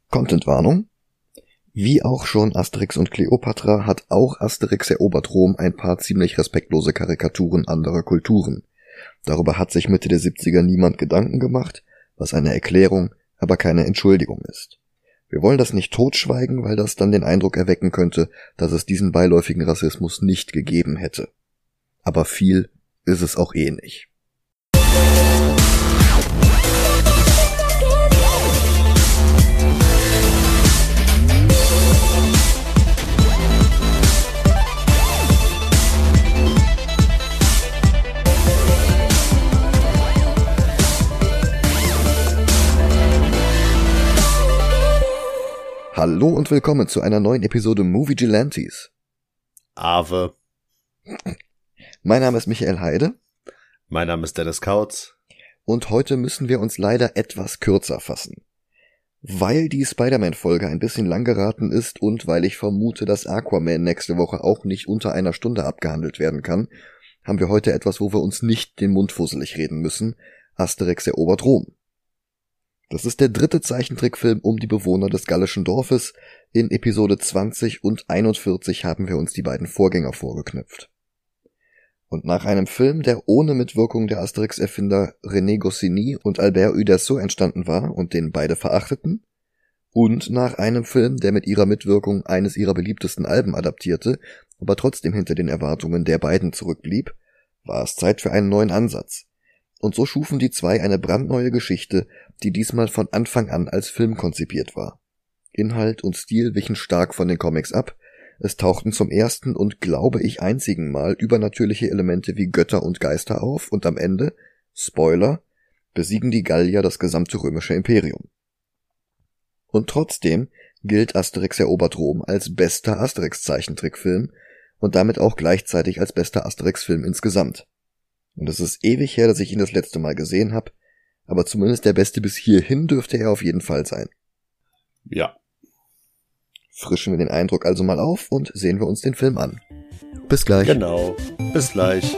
Contentwarnung. Wie auch schon Asterix und Kleopatra hat auch Asterix erobert Rom ein paar ziemlich respektlose Karikaturen anderer Kulturen. Darüber hat sich Mitte der 70er niemand Gedanken gemacht, was eine Erklärung, aber keine Entschuldigung ist. Wir wollen das nicht totschweigen, weil das dann den Eindruck erwecken könnte, dass es diesen beiläufigen Rassismus nicht gegeben hätte. Aber viel ist es auch eh nicht. Hallo und willkommen zu einer neuen Episode Movie Gelantes. Ave. Mein Name ist Michael Heide. Mein Name ist Dennis Kautz. Und heute müssen wir uns leider etwas kürzer fassen. Weil die Spider-Man-Folge ein bisschen lang geraten ist und weil ich vermute, dass Aquaman nächste Woche auch nicht unter einer Stunde abgehandelt werden kann, haben wir heute etwas, wo wir uns nicht den Mund fusselig reden müssen. Asterix erobert Rom. Das ist der dritte Zeichentrickfilm um die Bewohner des gallischen Dorfes. In Episode 20 und 41 haben wir uns die beiden Vorgänger vorgeknüpft. Und nach einem Film, der ohne Mitwirkung der Asterix-Erfinder René Goscinny und Albert Uderzo entstanden war und den beide verachteten, und nach einem Film, der mit ihrer Mitwirkung eines ihrer beliebtesten Alben adaptierte, aber trotzdem hinter den Erwartungen der beiden zurückblieb, war es Zeit für einen neuen Ansatz. Und so schufen die zwei eine brandneue Geschichte, die diesmal von Anfang an als Film konzipiert war. Inhalt und Stil wichen stark von den Comics ab, es tauchten zum ersten und, glaube ich, einzigen Mal übernatürliche Elemente wie Götter und Geister auf und am Ende, Spoiler, besiegen die Gallier das gesamte römische Imperium. Und trotzdem gilt Asterix erobert Rom als bester Asterix-Zeichentrickfilm und damit auch gleichzeitig als bester Asterix-Film insgesamt. Und es ist ewig her, dass ich ihn das letzte Mal gesehen habe, aber zumindest der beste bis hierhin dürfte er auf jeden Fall sein. Ja. Frischen wir den Eindruck also mal auf und sehen wir uns den Film an. Bis gleich. Genau. Bis gleich.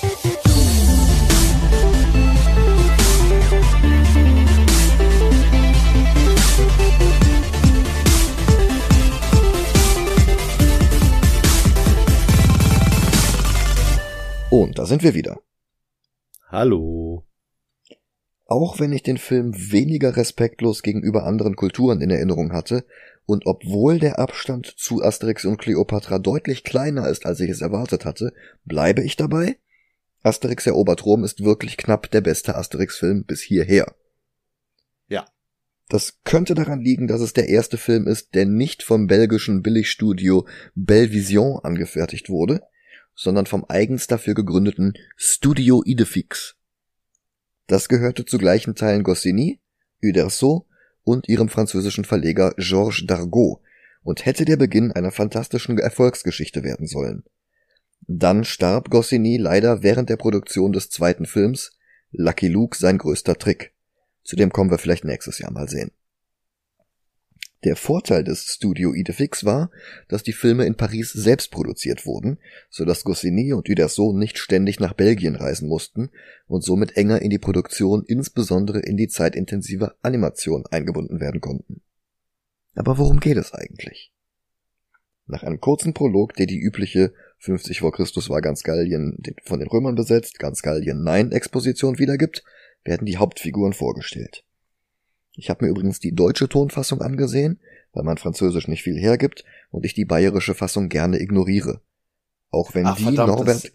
Und da sind wir wieder. Hallo. Auch wenn ich den Film weniger respektlos gegenüber anderen Kulturen in Erinnerung hatte und obwohl der Abstand zu Asterix und Kleopatra deutlich kleiner ist, als ich es erwartet hatte, bleibe ich dabei. Asterix erobert Rom ist wirklich knapp der beste Asterix-Film bis hierher. Ja. Das könnte daran liegen, dass es der erste Film ist, der nicht vom belgischen Billigstudio Belvision angefertigt wurde, sondern vom eigens dafür gegründeten Studio Idefix. Das gehörte zu gleichen Teilen Goscinny, Uderzo und ihrem französischen Verleger Georges Dargaud und hätte der Beginn einer fantastischen Erfolgsgeschichte werden sollen. Dann starb Goscinny leider während der Produktion des zweiten Films, Lucky Luke sein größter Trick. Zu dem kommen wir vielleicht nächstes Jahr mal sehen. Der Vorteil des Studio Idefix war, dass die Filme in Paris selbst produziert wurden, sodass Goscinny und Uderzo nicht ständig nach Belgien reisen mussten und somit enger in die Produktion, insbesondere in die zeitintensive Animation, eingebunden werden konnten. Aber worum geht es eigentlich? Nach einem kurzen Prolog, der die übliche 50 vor Christus war ganz Gallien von den Römern besetzt, ganz Gallien nein Exposition wiedergibt, werden die Hauptfiguren vorgestellt. Ich habe mir übrigens die deutsche Tonfassung angesehen, weil mein Französisch nicht viel hergibt und ich die bayerische Fassung gerne ignoriere. Auch wenn Norbert...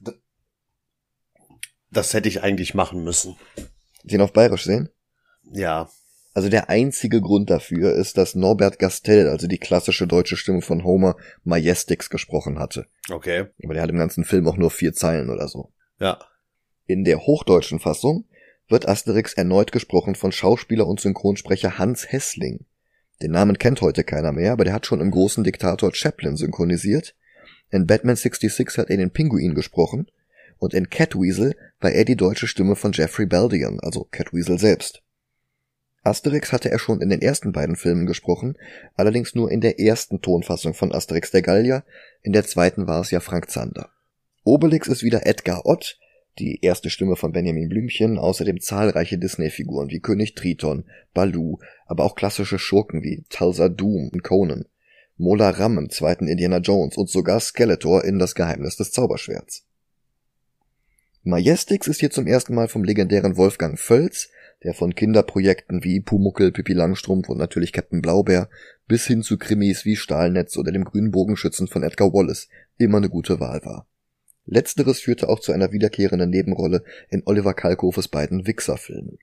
Das hätte ich eigentlich machen müssen. Den auf bayerisch sehen? Ja. Also der einzige Grund dafür ist, dass Norbert Gastel, also die klassische deutsche Stimme von Homer, Majestix gesprochen hatte. Okay. Aber der hat im ganzen Film auch nur 4 Zeilen oder so. Ja. In der hochdeutschen Fassung wird Asterix erneut gesprochen von Schauspieler und Synchronsprecher Hans Hessling. Den Namen kennt heute keiner mehr, aber der hat schon im großen Diktator Chaplin synchronisiert. In Batman 66 hat er den Pinguin gesprochen und in Catweasel war er die deutsche Stimme von Jeffrey Baldion, also Catweasel selbst. Asterix hatte er schon in den ersten beiden Filmen gesprochen, allerdings nur in der ersten Tonfassung von Asterix der Gallier, in der zweiten war es ja Frank Zander. Obelix ist wieder Edgar Ott, die erste Stimme von Benjamin Blümchen, außerdem zahlreiche Disney-Figuren wie König Triton, Baloo, aber auch klassische Schurken wie Thulsa Doom und Conan, Mola Ram im zweiten Indiana Jones und sogar Skeletor in Das Geheimnis des Zauberschwerts. Majestix ist hier zum ersten Mal vom legendären Wolfgang Völz, der von Kinderprojekten wie Pumuckl, Pippi Langstrumpf und natürlich Captain Blaubeer bis hin zu Krimis wie Stahlnetz oder dem grünen Bogenschützen von Edgar Wallace immer eine gute Wahl war. Letzteres führte auch zu einer wiederkehrenden Nebenrolle in Oliver Kalkofes beiden Wixxer-Filmen.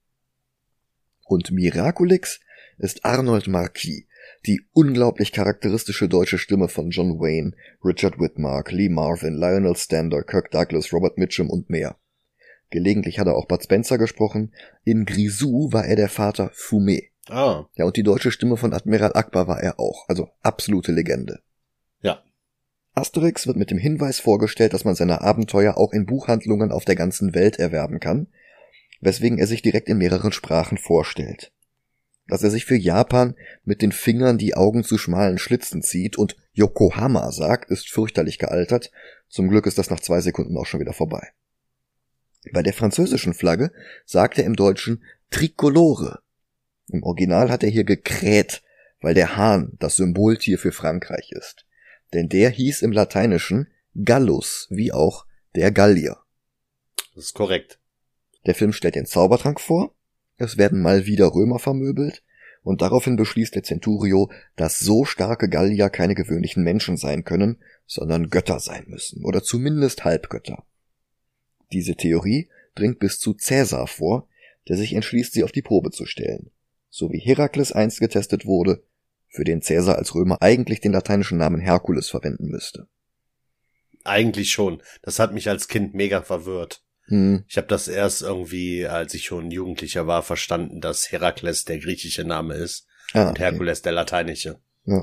Und Miraculix ist Arnold Marquis, die unglaublich charakteristische deutsche Stimme von John Wayne, Richard Widmark, Lee Marvin, Lionel Stander, Kirk Douglas, Robert Mitchum und mehr. Gelegentlich hat er auch Bud Spencer gesprochen. In Grisou war er der Vater Fumé. Ah. Ja, und die deutsche Stimme von Admiral Akbar war er auch. Also absolute Legende. Ja. Asterix wird mit dem Hinweis vorgestellt, dass man seine Abenteuer auch in Buchhandlungen auf der ganzen Welt erwerben kann, weswegen er sich direkt in mehreren Sprachen vorstellt. Dass er sich für Japan mit den Fingern die Augen zu schmalen Schlitzen zieht und Yokohama sagt, ist fürchterlich gealtert. Zum Glück ist das nach 2 Sekunden auch schon wieder vorbei. Bei der französischen Flagge sagt er im Deutschen Tricolore. Im Original hat er hier gekräht, weil der Hahn das Symboltier für Frankreich ist. Denn der hieß im Lateinischen Gallus, wie auch der Gallier. Das ist korrekt. Der Film stellt den Zaubertrank vor, es werden mal wieder Römer vermöbelt, und daraufhin beschließt der Centurio, dass so starke Gallier keine gewöhnlichen Menschen sein können, sondern Götter sein müssen, oder zumindest Halbgötter. Diese Theorie dringt bis zu Cäsar vor, der sich entschließt, sie auf die Probe zu stellen. So wie Herakles einst getestet wurde, für den Cäsar als Römer eigentlich den lateinischen Namen Herkules verwenden müsste. Eigentlich schon. Das hat mich als Kind mega verwirrt. Ich habe das erst irgendwie, als ich schon Jugendlicher war, verstanden, dass Herakles der griechische Name ist und Herkules der lateinische. Ja.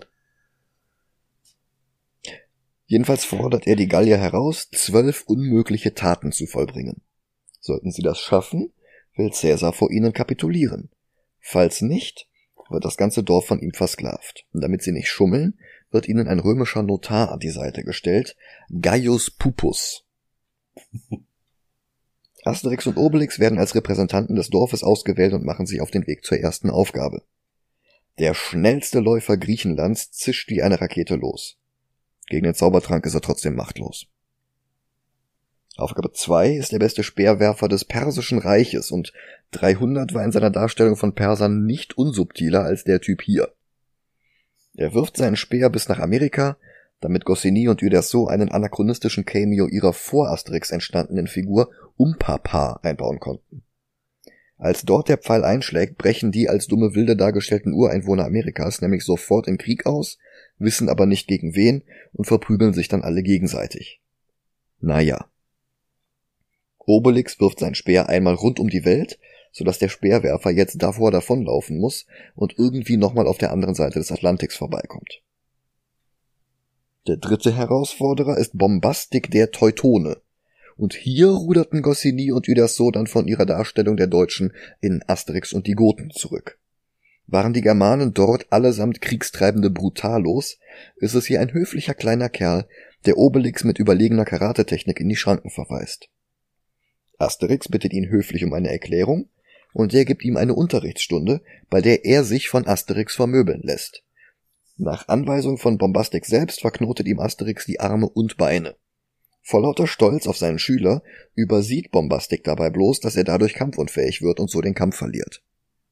Jedenfalls fordert er die Gallier heraus, 12 unmögliche Taten zu vollbringen. Sollten sie das schaffen, will Cäsar vor ihnen kapitulieren. Falls nicht, wird das ganze Dorf von ihm versklavt. Und damit sie nicht schummeln, wird ihnen ein römischer Notar an die Seite gestellt, Gaius Pupus. Asterix und Obelix werden als Repräsentanten des Dorfes ausgewählt und machen sich auf den Weg zur ersten Aufgabe. Der schnellste Läufer Griechenlands zischt wie eine Rakete los. Gegen den Zaubertrank ist er trotzdem machtlos. Aufgabe 2 ist der beste Speerwerfer des Persischen Reiches und 300 war in seiner Darstellung von Persern nicht unsubtiler als der Typ hier. Er wirft seinen Speer bis nach Amerika, damit Goscinny und Uderzo einen anachronistischen Cameo ihrer vor Asterix entstandenen Figur Umpapa einbauen konnten. Als dort der Pfeil einschlägt, brechen die als dumme Wilde dargestellten Ureinwohner Amerikas nämlich sofort in Krieg aus, wissen aber nicht gegen wen und verprügeln sich dann alle gegenseitig. Naja. Obelix wirft seinen Speer einmal rund um die Welt, sodass der Speerwerfer jetzt davonlaufen muss und irgendwie nochmal auf der anderen Seite des Atlantiks vorbeikommt. Der dritte Herausforderer ist Bombastik der Teutone. Und hier ruderten Goscinny und Uderzo dann von ihrer Darstellung der Deutschen in Asterix und die Goten zurück. Waren die Germanen dort allesamt kriegstreibende Brutalos, ist es hier ein höflicher kleiner Kerl, der Obelix mit überlegener Karatetechnik in die Schranken verweist. Asterix bittet ihn höflich um eine Erklärung, und der gibt ihm eine Unterrichtsstunde, bei der er sich von Asterix vermöbeln lässt. Nach Anweisung von Bombastik selbst verknotet ihm Asterix die Arme und Beine. Vor lauter Stolz auf seinen Schüler übersieht Bombastik dabei bloß, dass er dadurch kampfunfähig wird und so den Kampf verliert.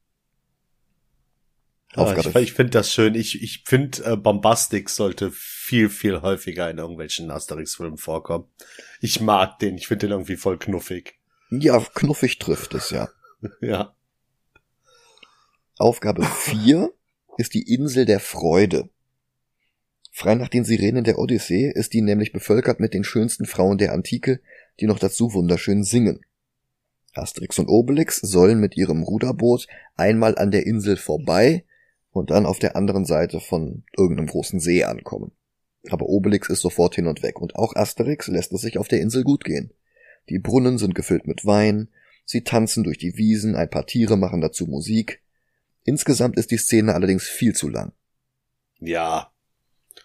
Ich finde das schön. Ich finde, Bombastik sollte viel, viel häufiger in irgendwelchen Asterix-Filmen vorkommen. Ich mag den. Ich finde den irgendwie voll knuffig. Ja, knuffig trifft es, ja. Ja. Aufgabe 4 ist die Insel der Freude. Frei nach den Sirenen der Odyssee ist die nämlich bevölkert mit den schönsten Frauen der Antike, die noch dazu wunderschön singen. Asterix und Obelix sollen mit ihrem Ruderboot einmal an der Insel vorbei und dann auf der anderen Seite von irgendeinem großen See ankommen. Aber Obelix ist sofort hin und weg und auch Asterix lässt es sich auf der Insel gut gehen. Die Brunnen sind gefüllt mit Wein, sie tanzen durch die Wiesen, ein paar Tiere machen dazu Musik. Insgesamt ist die Szene allerdings viel zu lang. Ja.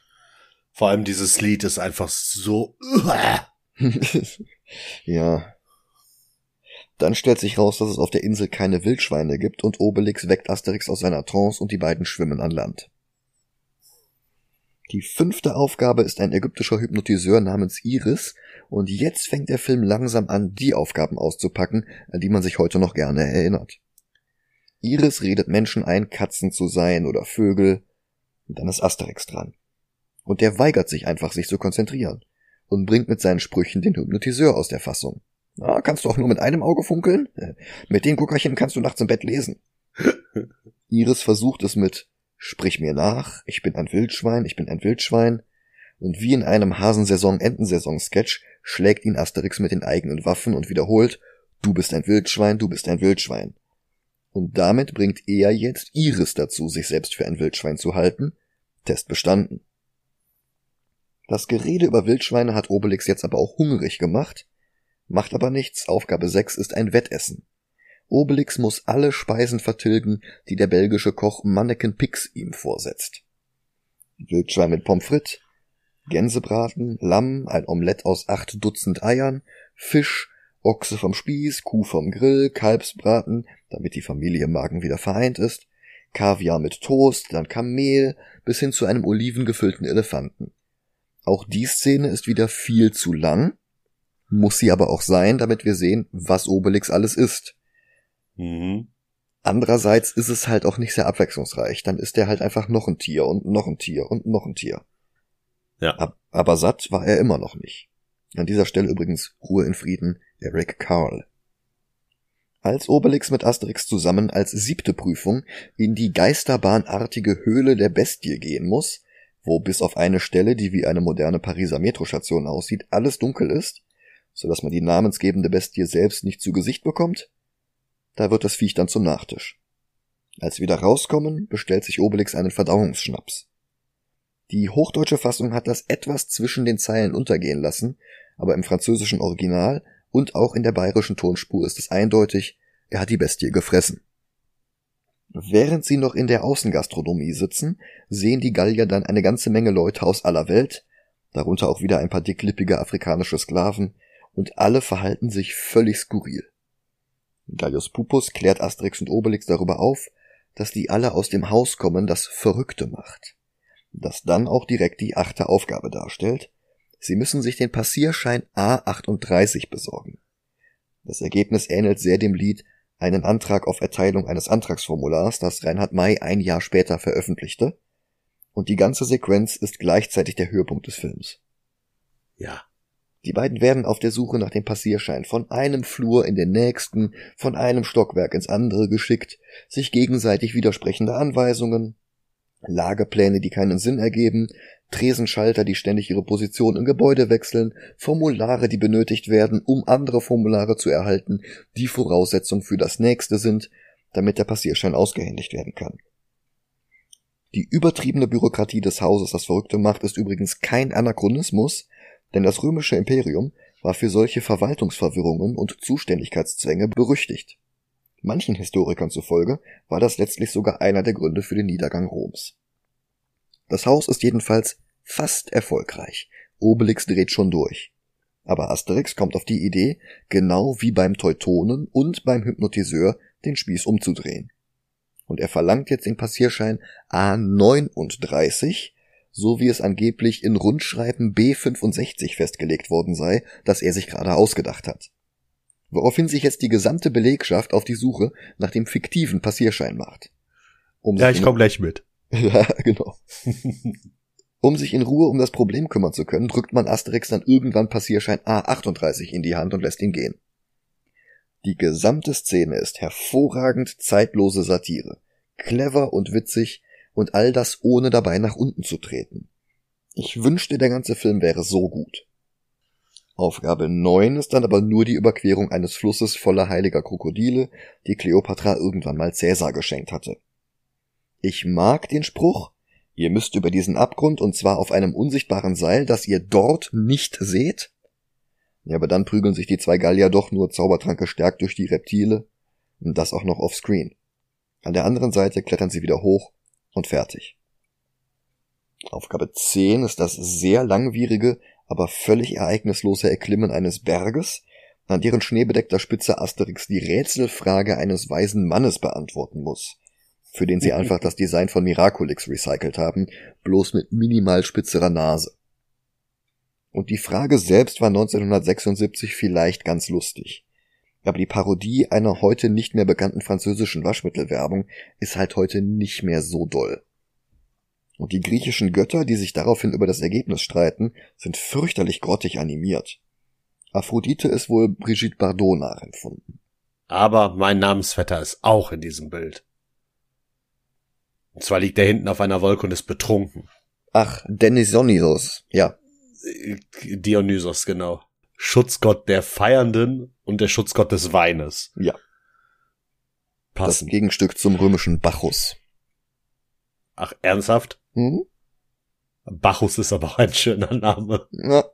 Vor allem dieses Lied ist einfach so... Ja. Dann stellt sich raus, dass es auf der Insel keine Wildschweine gibt und Obelix weckt Asterix aus seiner Trance und die beiden schwimmen an Land. Die 5. Aufgabe ist ein ägyptischer Hypnotiseur namens Iris und jetzt fängt der Film langsam an, die Aufgaben auszupacken, an die man sich heute noch gerne erinnert. Iris redet Menschen ein, Katzen zu sein oder Vögel, und dann ist Asterix dran. Und der weigert sich einfach, sich zu konzentrieren und bringt mit seinen Sprüchen den Hypnotiseur aus der Fassung. Na, kannst du auch nur mit einem Auge funkeln? Mit den Guckerchen kannst du nachts im Bett lesen. Iris versucht es mit Sprich mir nach, ich bin ein Wildschwein, ich bin ein Wildschwein. Und wie in einem Hasensaison-Entensaison-Sketch schlägt ihn Asterix mit den eigenen Waffen und wiederholt, du bist ein Wildschwein, du bist ein Wildschwein. Und damit bringt er jetzt Iris dazu, sich selbst für ein Wildschwein zu halten. Test bestanden. Das Gerede über Wildschweine hat Obelix jetzt aber auch hungrig gemacht, macht aber nichts, Aufgabe 6 ist ein Wettessen. Obelix muss alle Speisen vertilgen, die der belgische Koch Manneken Pix ihm vorsetzt. Wildschwein mit Pommes frites, Gänsebraten, Lamm, ein Omelett aus 8 Dutzend Eiern, Fisch, Ochse vom Spieß, Kuh vom Grill, Kalbsbraten, damit die Familie im Magen wieder vereint ist, Kaviar mit Toast, dann Kamel, bis hin zu einem olivengefüllten Elefanten. Auch die Szene ist wieder viel zu lang, muss sie aber auch sein, damit wir sehen, was Obelix alles isst. Mhm. Andererseits ist es halt auch nicht sehr abwechslungsreich. Dann ist er halt einfach noch ein Tier und noch ein Tier und noch ein Tier. Ja. Aber satt war er immer noch nicht. An dieser Stelle übrigens Ruhe in Frieden, Eric Carle. Als Obelix mit Asterix zusammen als 7. Prüfung in die geisterbahnartige Höhle der Bestie gehen muss, wo bis auf eine Stelle, die wie eine moderne Pariser Metrostation aussieht, alles dunkel ist, sodass man die namensgebende Bestie selbst nicht zu Gesicht bekommt, da wird das Viech dann zum Nachtisch. Als sie wieder rauskommen, bestellt sich Obelix einen Verdauungsschnaps. Die hochdeutsche Fassung hat das etwas zwischen den Zeilen untergehen lassen, aber im französischen Original und auch in der bayerischen Tonspur ist es eindeutig, er hat die Bestie gefressen. Während sie noch in der Außengastronomie sitzen, sehen die Gallier dann eine ganze Menge Leute aus aller Welt, darunter auch wieder ein paar dicklippige afrikanische Sklaven, und alle verhalten sich völlig skurril. Gaius Pupus klärt Asterix und Obelix darüber auf, dass die alle aus dem Haus kommen, das Verrückte macht. Das dann auch direkt die 8. Aufgabe darstellt. Sie müssen sich den Passierschein A38 besorgen. Das Ergebnis ähnelt sehr dem Lied Einen Antrag auf Erteilung eines Antragsformulars, das Reinhard May ein Jahr später veröffentlichte. Und die ganze Sequenz ist gleichzeitig der Höhepunkt des Films. Ja. Die beiden werden auf der Suche nach dem Passierschein von einem Flur in den nächsten, von einem Stockwerk ins andere geschickt, sich gegenseitig widersprechende Anweisungen, Lagepläne, die keinen Sinn ergeben, Tresenschalter, die ständig ihre Position im Gebäude wechseln, Formulare, die benötigt werden, um andere Formulare zu erhalten, die Voraussetzung für das nächste sind, damit der Passierschein ausgehändigt werden kann. Die übertriebene Bürokratie des Hauses, das Verrückte macht, ist übrigens kein Anachronismus, denn das römische Imperium war für solche Verwaltungsverwirrungen und Zuständigkeitszwänge berüchtigt. Manchen Historikern zufolge war das letztlich sogar einer der Gründe für den Niedergang Roms. Das Haus ist jedenfalls fast erfolgreich. Obelix dreht schon durch. Aber Asterix kommt auf die Idee, genau wie beim Teutonen und beim Hypnotiseur den Spieß umzudrehen. Und er verlangt jetzt den Passierschein A39, so wie es angeblich in Rundschreiben B65 festgelegt worden sei, das er sich gerade ausgedacht hat. Woraufhin sich jetzt die gesamte Belegschaft auf die Suche nach dem fiktiven Passierschein macht. Ich komme gleich mit. Ja, genau. Um sich in Ruhe um das Problem kümmern zu können, drückt man Asterix dann irgendwann Passierschein A38 in die Hand und lässt ihn gehen. Die gesamte Szene ist hervorragend zeitlose Satire, clever und witzig und all das ohne dabei nach unten zu treten. Ich wünschte, der ganze Film wäre so gut. Aufgabe 9 ist dann aber nur die Überquerung eines Flusses voller heiliger Krokodile, die Kleopatra irgendwann mal Cäsar geschenkt hatte. Ich mag den Spruch, ihr müsst über diesen Abgrund und zwar auf einem unsichtbaren Seil, das ihr dort nicht seht. Ja, aber dann prügeln sich die 2 Gallier doch nur Zaubertrank gestärkt durch die Reptile und das auch noch offscreen. An der anderen Seite klettern sie wieder hoch und fertig. Aufgabe 10 ist das sehr langwierige, aber völlig ereignislose Erklimmen eines Berges, an deren schneebedeckter Spitze Asterix die Rätselfrage eines weisen Mannes beantworten muss, für den sie einfach das Design von Miraculix recycelt haben, bloß mit minimal spitzerer Nase. Und die Frage selbst war 1976 vielleicht ganz lustig. Aber die Parodie einer heute nicht mehr bekannten französischen Waschmittelwerbung ist halt heute nicht mehr so doll. Und die griechischen Götter, die sich daraufhin über das Ergebnis streiten, sind fürchterlich grottig animiert. Aphrodite ist wohl Brigitte Bardot nachempfunden. Aber mein Namensvetter ist auch in diesem Bild. Und zwar liegt er hinten auf einer Wolke und ist betrunken. Ach, Dionysos, ja. Dionysos, genau. Schutzgott der Feiernden und der Schutzgott des Weines. Ja. Passend. Das Gegenstück zum römischen Bacchus. Ach, ernsthaft? Hm? Bacchus ist aber auch ein schöner Name. Ja.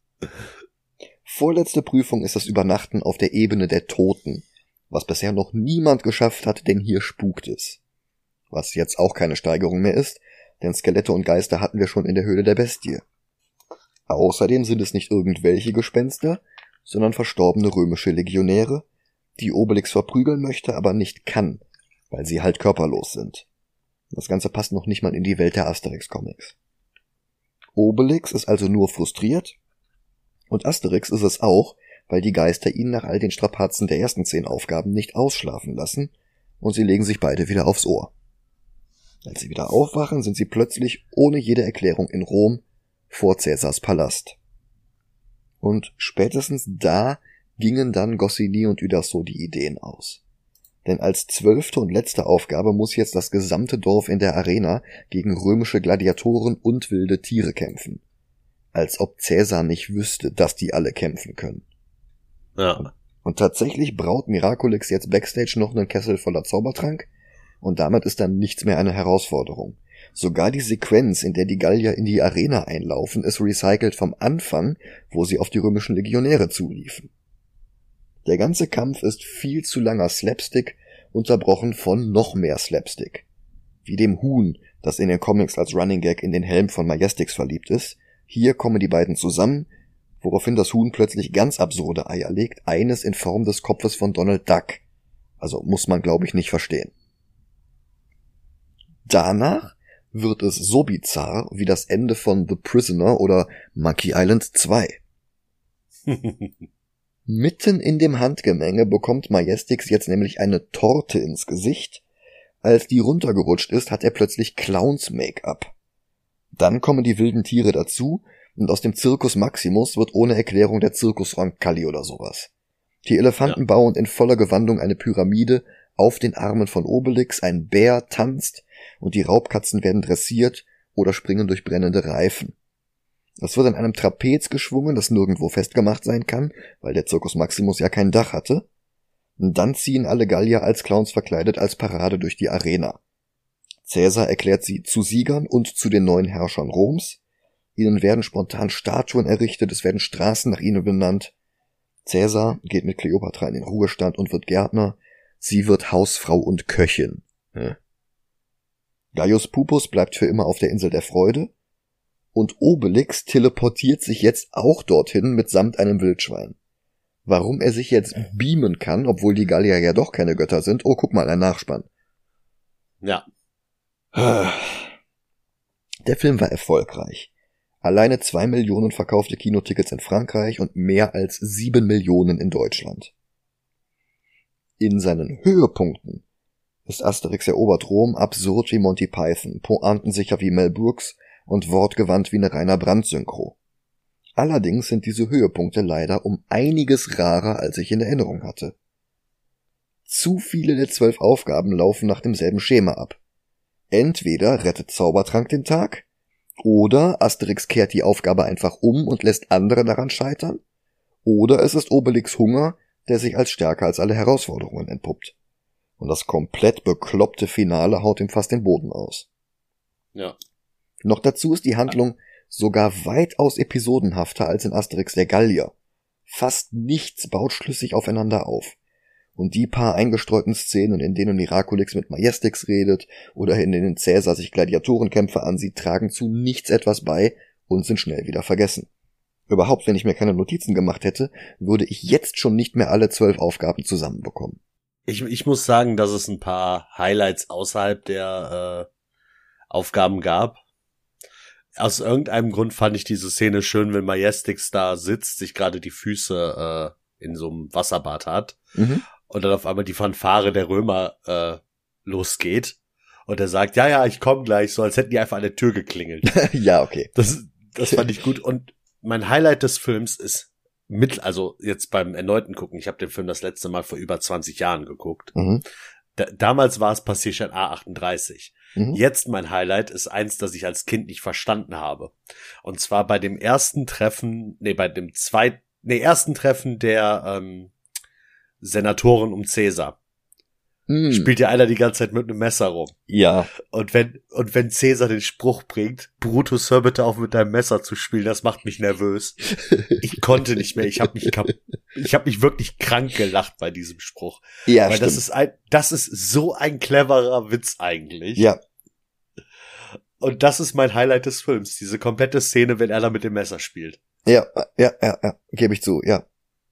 Vorletzte Prüfung ist das Übernachten auf der Ebene der Toten, was bisher noch niemand geschafft hat, denn hier spukt es. Was jetzt auch keine Steigerung mehr ist, denn Skelette und Geister hatten wir schon in der Höhle der Bestie. Außerdem sind es nicht irgendwelche Gespenster, sondern verstorbene römische Legionäre, die Obelix verprügeln möchte, aber nicht kann, weil sie halt körperlos sind. Das Ganze passt noch nicht mal in die Welt der Asterix-Comics. Obelix ist also nur frustriert, und Asterix ist es auch, weil die Geister ihn nach all den Strapazen der ersten 10 Aufgaben nicht ausschlafen lassen, und sie legen sich beide wieder aufs Ohr. Als sie wieder aufwachen, sind sie plötzlich ohne jede Erklärung in Rom vor Cäsars Palast. Und spätestens da gingen dann Goscinny und Uderzo die Ideen aus. Denn als 12. und letzte Aufgabe muss jetzt das gesamte Dorf in der Arena gegen römische Gladiatoren und wilde Tiere kämpfen. Als ob Cäsar nicht wüsste, dass die alle kämpfen können. Ja. Und tatsächlich braut Miraculix jetzt backstage noch einen Kessel voller Zaubertrank, und damit ist dann nichts mehr eine Herausforderung. Sogar die Sequenz, in der die Gallier in die Arena einlaufen, ist recycelt vom Anfang, wo sie auf die römischen Legionäre zuliefen. Der ganze Kampf ist viel zu langer Slapstick, unterbrochen von noch mehr Slapstick. Wie dem Huhn, das in den Comics als Running Gag in den Helm von Majestix verliebt ist. Hier kommen die beiden zusammen, woraufhin das Huhn plötzlich ganz absurde Eier legt, eines in Form des Kopfes von Donald Duck. Also muss man, glaube ich, nicht verstehen. Danach wird es so bizarr wie das Ende von The Prisoner oder Monkey Island 2. Mitten in dem Handgemenge bekommt Majestix jetzt nämlich eine Torte ins Gesicht. Als die runtergerutscht ist, hat er plötzlich Clowns-Make-up. Dann kommen die wilden Tiere dazu und aus dem Circus Maximus wird ohne Erklärung der Circus Roncalli oder sowas. Die Elefanten bauen in voller Gewandung eine Pyramide auf den Armen von Obelix, ein Bär tanzt und die Raubkatzen werden dressiert oder springen durch brennende Reifen. Es wird an einem Trapez geschwungen, das nirgendwo festgemacht sein kann, weil der Circus Maximus ja kein Dach hatte. Und dann ziehen alle Gallier als Clowns verkleidet als Parade durch die Arena. Cäsar erklärt sie zu Siegern und zu den neuen Herrschern Roms. Ihnen werden spontan Statuen errichtet, es werden Straßen nach ihnen benannt. Cäsar geht mit Kleopatra in den Ruhestand und wird Gärtner. Sie wird Hausfrau und Köchin. Gaius Pupus bleibt für immer auf der Insel der Freude. Und Obelix teleportiert sich jetzt auch dorthin mitsamt einem Wildschwein. Warum er sich jetzt beamen kann, obwohl die Gallier ja doch keine Götter sind. Oh, guck mal, ein Nachspann. Ja. Der Film war erfolgreich. Alleine 2 Millionen verkaufte Kinotickets in Frankreich und mehr als 7 Millionen in Deutschland. In seinen Höhepunkten ist Asterix erobert Rom absurd wie Monty Python, pointensicher wie Mel Brooks und wortgewandt wie eine Rainer Brandt-Synchro. Allerdings sind diese Höhepunkte leider um einiges rarer, als ich in Erinnerung hatte. Zu viele der 12 Aufgaben laufen nach demselben Schema ab. Entweder rettet Zaubertrank den Tag, oder Asterix kehrt die Aufgabe einfach um und lässt andere daran scheitern, oder es ist Obelix Hunger, der sich als stärker als alle Herausforderungen entpuppt. Und das komplett bekloppte Finale haut ihm fast den Boden aus. Ja. Noch dazu ist die Handlung sogar weitaus episodenhafter als in Asterix der Gallier. Fast nichts baut schlüssig aufeinander auf. Und die paar eingestreuten Szenen, in denen Miraculix mit Majestix redet oder in denen Cäsar sich Gladiatorenkämpfe ansieht, tragen zu nichts etwas bei und sind schnell wieder vergessen. Überhaupt, wenn ich mir keine Notizen gemacht hätte, würde ich jetzt schon nicht mehr alle 12 Aufgaben zusammenbekommen. Ich muss sagen, dass es ein paar Highlights außerhalb der Aufgaben gab. Aus irgendeinem Grund fand ich diese Szene schön, wenn Majestix da sitzt, sich gerade die Füße in so einem Wasserbad hat und dann auf einmal die Fanfare der Römer losgeht und er sagt, ja, ich komme gleich, so als hätten die einfach an der Tür geklingelt. Ja, okay. Das fand ich gut und mein Highlight des Films ist also jetzt beim erneuten Gucken, ich habe den Film das letzte Mal vor über 20 Jahren geguckt. Damals war es Passation A38. Jetzt mein Highlight ist eins, das ich als Kind nicht verstanden habe. Und zwar bei dem ersten Treffen, ersten Treffen der Senatoren um Caesar. Spielt ja einer die ganze Zeit mit einem Messer rum. Ja. Und wenn Caesar den Spruch bringt, Brutus, hör bitte auf mit deinem Messer zu spielen, das macht mich nervös. Ich konnte nicht mehr, ich habe mich wirklich krank gelacht bei diesem Spruch. Ja, weil stimmt. das ist so ein cleverer Witz eigentlich. Ja. Und das ist mein Highlight des Films, diese komplette Szene, wenn er da mit dem Messer spielt. Ja, gebe ich zu, ja.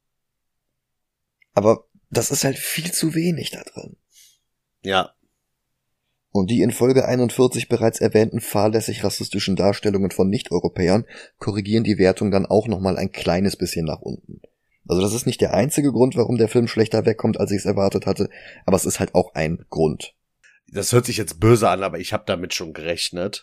Aber das ist halt viel zu wenig da drin. Ja. Und die in Folge 41 bereits erwähnten fahrlässig rassistischen Darstellungen von Nicht-Europäern korrigieren die Wertung dann auch nochmal ein kleines bisschen nach unten. Also das ist nicht der einzige Grund, warum der Film schlechter wegkommt, als ich es erwartet hatte, aber es ist halt auch ein Grund. Das hört sich jetzt böse an, aber ich habe damit schon gerechnet.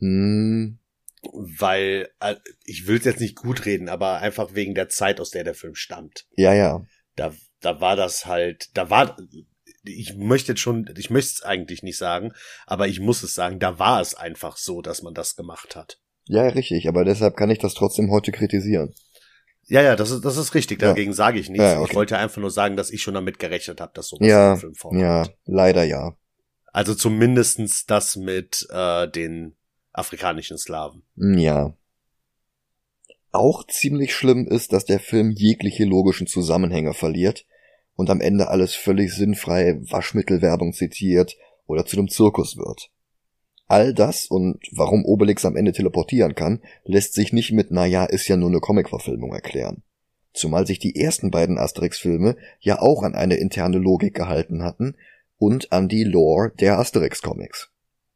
Weil, ich will es jetzt nicht gut reden, aber einfach wegen der Zeit, aus der Film stammt. Ja. Da war das halt, ich möchte es eigentlich nicht sagen, aber ich muss es sagen, da war es einfach so, dass man das gemacht hat. Ja, richtig, aber deshalb kann ich das trotzdem heute kritisieren. Ja, das ist richtig, dagegen sage ich nichts. Ja, okay. Ich wollte einfach nur sagen, dass ich schon damit gerechnet habe, dass sowas im Film vorkommt. Ja, leider ja. Also zumindestens das mit den afrikanischen Slawen. Ja. Auch ziemlich schlimm ist, dass der Film jegliche logischen Zusammenhänge verliert und am Ende alles völlig sinnfrei Waschmittelwerbung zitiert oder zu einem Zirkus wird. All das und warum Obelix am Ende teleportieren kann, lässt sich nicht mit naja, ist ja nur eine Comic-Verfilmung erklären. Zumal sich die ersten beiden Asterix-Filme ja auch an eine interne Logik gehalten hatten und an die Lore der Asterix-Comics.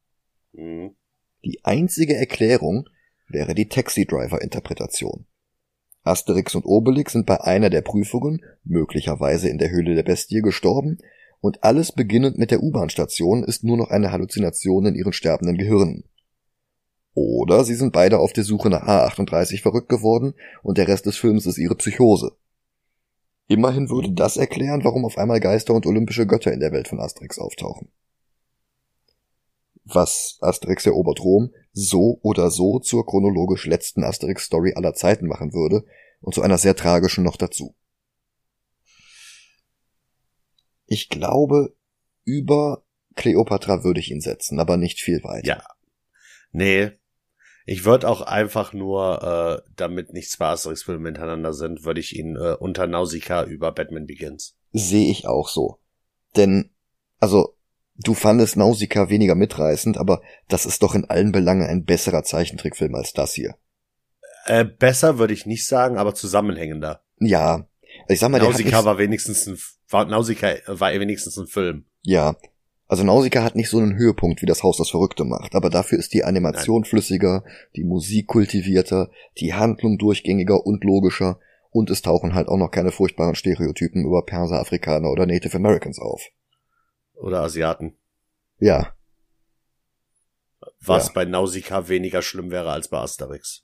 Die einzige Erklärung wäre die Taxi-Driver-Interpretation. Asterix und Obelix sind bei einer der Prüfungen, möglicherweise in der Höhle der Bestie, gestorben und alles beginnend mit der U-Bahn-Station ist nur noch eine Halluzination in ihren sterbenden Gehirnen. Oder sie sind beide auf der Suche nach A38 verrückt geworden und der Rest des Films ist ihre Psychose. Immerhin würde das erklären, warum auf einmal Geister und olympische Götter in der Welt von Asterix auftauchen. Was Asterix erobert Rom so oder so zur chronologisch letzten Asterix-Story aller Zeiten machen würde und zu einer sehr tragischen noch dazu. Ich glaube, über Kleopatra würde ich ihn setzen, aber nicht viel weiter. Ja, nee, ich würde auch einfach nur, damit nicht zwei Asterix-Filme hintereinander sind, würde ich ihn unter Nausicaa über Batman Begins. Sehe ich auch so. Denn, du fandest Nausicaa weniger mitreißend, aber das ist doch in allen Belangen ein besserer Zeichentrickfilm als das hier. Besser würde ich nicht sagen, aber zusammenhängender. Ja, ich sag mal, Nausicaa war wenigstens ein Film. Ja, also Nausicaa hat nicht so einen Höhepunkt, wie das Haus das Verrückte macht, aber dafür ist die Animation flüssiger, die Musik kultivierter, die Handlung durchgängiger und logischer und es tauchen halt auch noch keine furchtbaren Stereotypen über Perser, Afrikaner oder Native Americans auf. Oder Asiaten. Ja. Was bei Nausicaa weniger schlimm wäre als bei Asterix.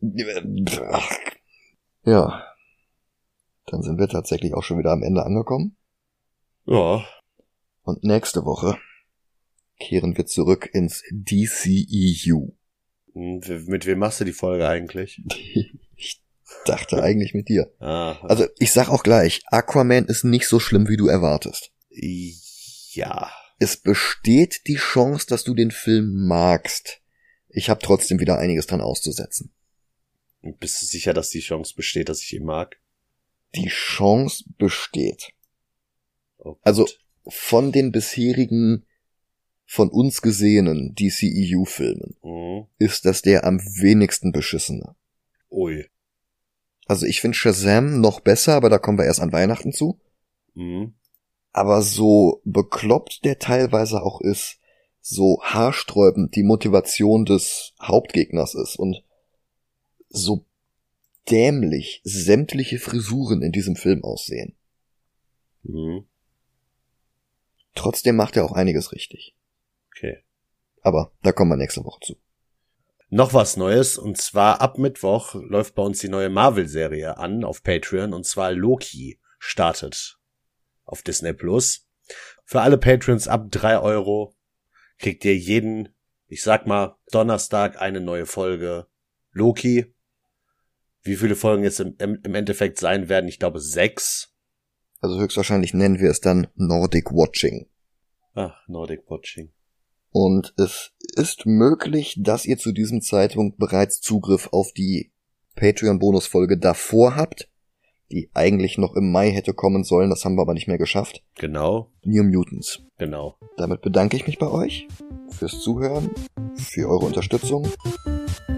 Ja. Dann sind wir tatsächlich auch schon wieder am Ende angekommen. Ja. Und nächste Woche kehren wir zurück ins DCEU. Mit wem machst du die Folge eigentlich? Ich dachte eigentlich mit dir. Ah. Also ich sag auch gleich, Aquaman ist nicht so schlimm, wie du erwartest. Ja. Es besteht die Chance, dass du den Film magst. Ich habe trotzdem wieder einiges dran auszusetzen. Bist du sicher, dass die Chance besteht, dass ich ihn mag? Die Chance besteht. Oh, also von den bisherigen, von uns gesehenen DCEU-Filmen ist das der am wenigsten beschissene. Ui. Also ich finde Shazam noch besser, aber da kommen wir erst an Weihnachten zu. Mhm. Aber so bekloppt der teilweise auch ist, so haarsträubend die Motivation des Hauptgegners ist und so dämlich sämtliche Frisuren in diesem Film aussehen. Mhm. Trotzdem macht er auch einiges richtig. Okay. Aber da kommen wir nächste Woche zu. Noch was Neues, und zwar ab Mittwoch läuft bei uns die neue Marvel-Serie an auf Patreon, und zwar Loki startet auf Disney+. Für alle Patreons ab 3 € kriegt ihr jeden, ich sag mal, Donnerstag eine neue Folge Loki. Wie viele Folgen jetzt im Endeffekt sein werden? Ich glaube 6. Also höchstwahrscheinlich nennen wir es dann Nordic Watching. Ach, Nordic Watching. Und es ist möglich, dass ihr zu diesem Zeitpunkt bereits Zugriff auf die Patreon-Bonusfolge davor habt, die eigentlich noch im Mai hätte kommen sollen, das haben wir aber nicht mehr geschafft. Genau. New Mutants. Genau. Damit bedanke ich mich bei euch fürs Zuhören, für eure Unterstützung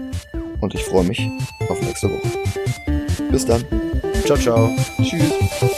und ich freue mich auf nächste Woche. Bis dann. Ciao, ciao. Tschüss.